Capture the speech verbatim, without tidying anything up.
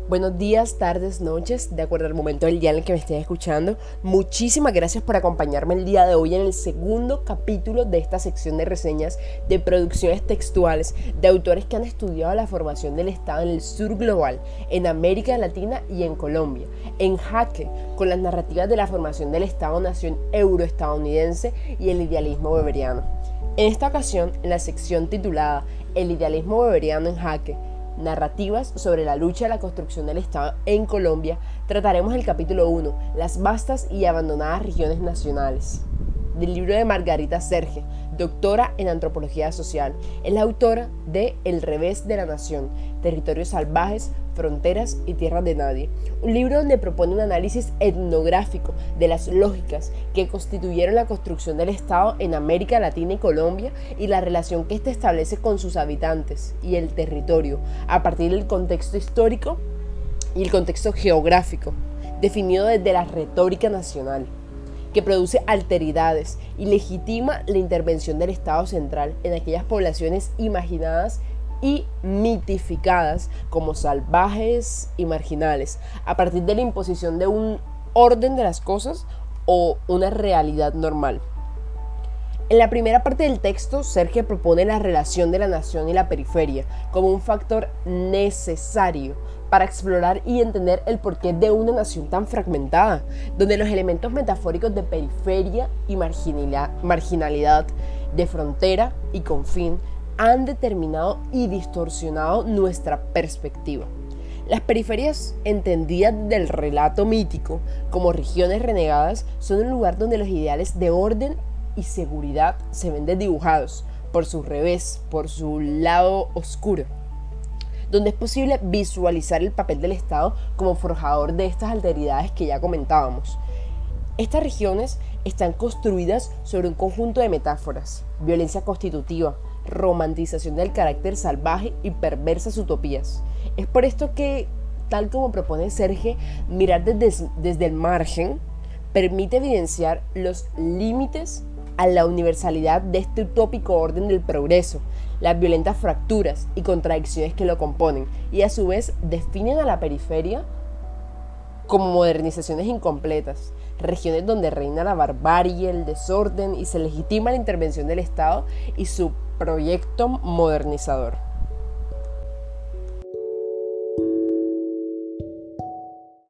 Buenos días, tardes, noches, de acuerdo al momento del día en el que me estén escuchando. Muchísimas gracias por acompañarme el día de hoy en el segundo capítulo de esta sección de reseñas de producciones textuales de autores que han estudiado la formación del Estado en el sur global, en América Latina y en Colombia, en jaque con las narrativas de la formación del Estado-nación euroestadounidense y el idealismo weberiano. En esta ocasión, en la sección titulada El idealismo weberiano en jaque, narrativas sobre la lucha de la construcción del Estado en Colombia, trataremos el capítulo uno, las vastas y abandonadas regiones nacionales, del libro de Margarita Serge, doctora en antropología social. Es la autora de El revés de la nación, territorios salvajes, fronteras y tierras de nadie, un libro donde propone un análisis etnográfico de las lógicas que constituyeron la construcción del Estado en América Latina y Colombia y la relación que éste establece con sus habitantes y el territorio a partir del contexto histórico y el contexto geográfico definido desde la retórica nacional, que produce alteridades y legitima la intervención del Estado central en aquellas poblaciones imaginadas y mitificadas como salvajes y marginales, a partir de la imposición de un orden de las cosas o una realidad normal. En la primera parte del texto, Serge propone la relación de la nación y la periferia como un factor necesario para explorar y entender el porqué de una nación tan fragmentada, donde los elementos metafóricos de periferia y marginalidad, de frontera y confín, han determinado y distorsionado nuestra perspectiva. Las periferias, entendidas del relato mítico como regiones renegadas, son un lugar donde los ideales de orden y seguridad se ven desdibujados por su revés, por su lado oscuro, donde es posible visualizar el papel del Estado como forjador de estas alteridades que ya comentábamos. Estas regiones están construidas sobre un conjunto de metáforas: violencia constitutiva, romantización del carácter salvaje y perversas utopías. Es por esto que, tal como propone Serge, mirar desde, desde el margen permite evidenciar los límites a la universalidad de este utópico orden del progreso, las violentas fracturas y contradicciones que lo componen, y a su vez definen a la periferia como modernizaciones incompletas, regiones donde reina la barbarie, el desorden y se legitima la intervención del Estado y su proyecto modernizador.